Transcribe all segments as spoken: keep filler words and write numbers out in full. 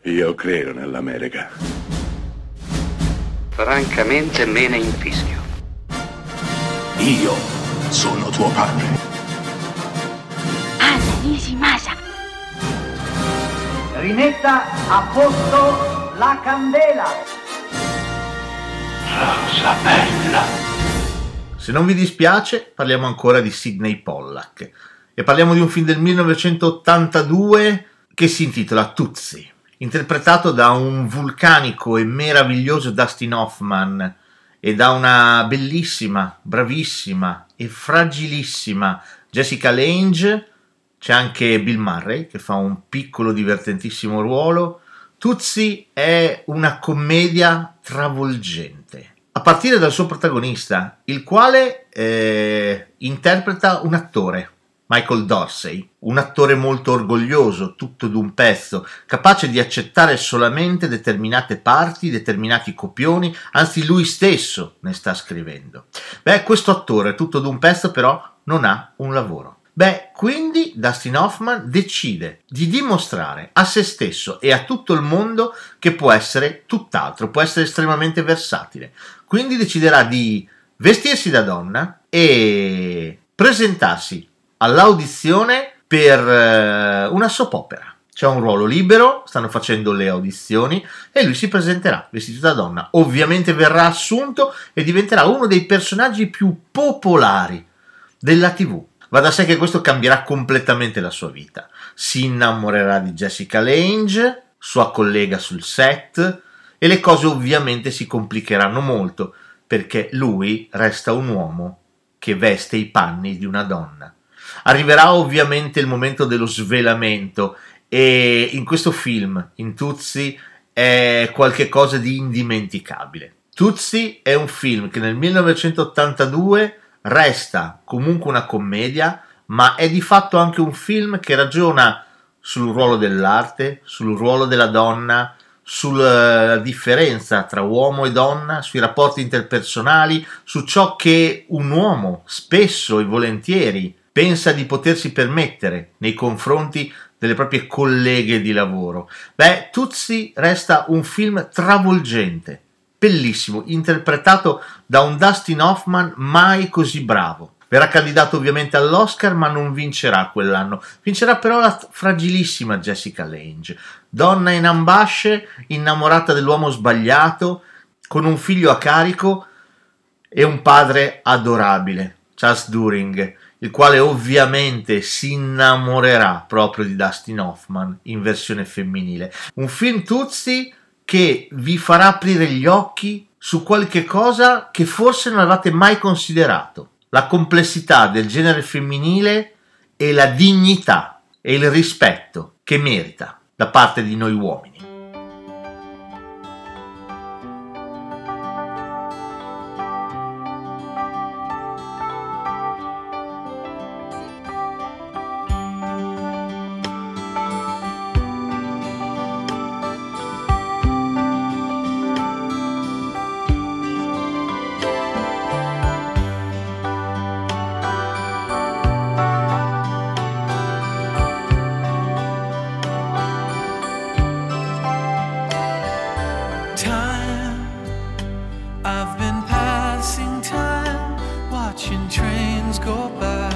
Io credo nell'America. Francamente me ne infischio. Io sono tuo padre. Anna Nishimasa. Rimetta a posto la candela. Rosa bella. Se non vi dispiace, parliamo ancora di Sidney Pollack e parliamo di un film del millenovecentottantadue che si intitola Tootsie, interpretato da un vulcanico e meraviglioso Dustin Hoffman e da una bellissima, bravissima e fragilissima Jessica Lange. C'è anche Bill Murray che fa un piccolo divertentissimo ruolo. Tootsie è una commedia travolgente, a partire dal suo protagonista, il quale eh, interpreta un attore, Michael Dorsey, un attore molto orgoglioso, tutto d'un pezzo, capace di accettare solamente determinate parti, determinati copioni, anzi lui stesso ne sta scrivendo. Beh, questo attore, tutto d'un pezzo, però non ha un lavoro. Beh, quindi Dustin Hoffman decide di dimostrare a se stesso e a tutto il mondo che può essere tutt'altro, può essere estremamente versatile. Quindi deciderà di vestirsi da donna e presentarsi all'audizione per uh, una soap opera. C'è un ruolo libero, stanno facendo le audizioni e lui si presenterà vestito da donna. Ovviamente verrà assunto e diventerà uno dei personaggi più popolari della tivù. Va da sé che questo cambierà completamente la sua vita. Si innamorerà di Jessica Lange, sua collega sul set, e le cose ovviamente si complicheranno molto, perché lui resta un uomo che veste i panni di una donna. Arriverà ovviamente il momento dello svelamento e in questo film, in Tootsie, è qualcosa di indimenticabile. Tootsie è un film che nel millenovecentottantadue resta comunque una commedia, ma è di fatto anche un film che ragiona sul ruolo dell'arte, sul ruolo della donna, sulla differenza tra uomo e donna, sui rapporti interpersonali, su ciò che un uomo spesso e volentieri pensa di potersi permettere nei confronti delle proprie colleghe di lavoro. Beh, Tootsie resta un film travolgente, bellissimo, interpretato da un Dustin Hoffman mai così bravo. Verrà candidato ovviamente all'Oscar, ma non vincerà quell'anno. Vincerà però la fragilissima Jessica Lange, donna in ambasce, innamorata dell'uomo sbagliato, con un figlio a carico e un padre adorabile, Charles During, il quale ovviamente si innamorerà proprio di Dustin Hoffman in versione femminile. Un film Tootsie che vi farà aprire gli occhi su qualche cosa che forse non avevate mai considerato. La complessità del genere femminile e la dignità e il rispetto che merita da parte di noi uomini. I've been passing time, watching trains go by.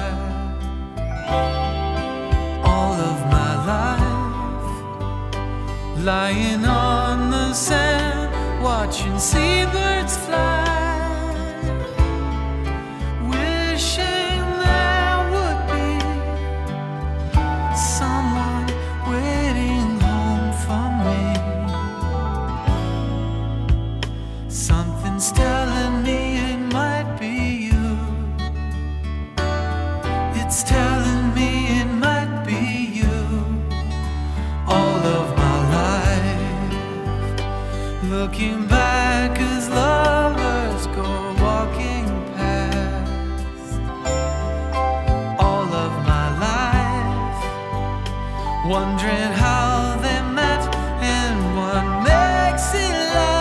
All of my life, lying on the sand, watching seabirds fly. Wishing there would be someone waiting home for me. Something's telling me it might be you. It's telling me it might be you. All of my life, looking back as lovers go walking past. All of my life, wondering how they met and what makes it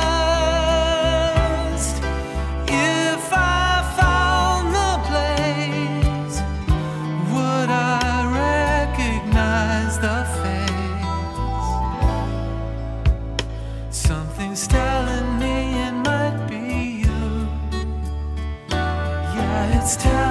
last. If I found the place, would I recognize the face? Let's tell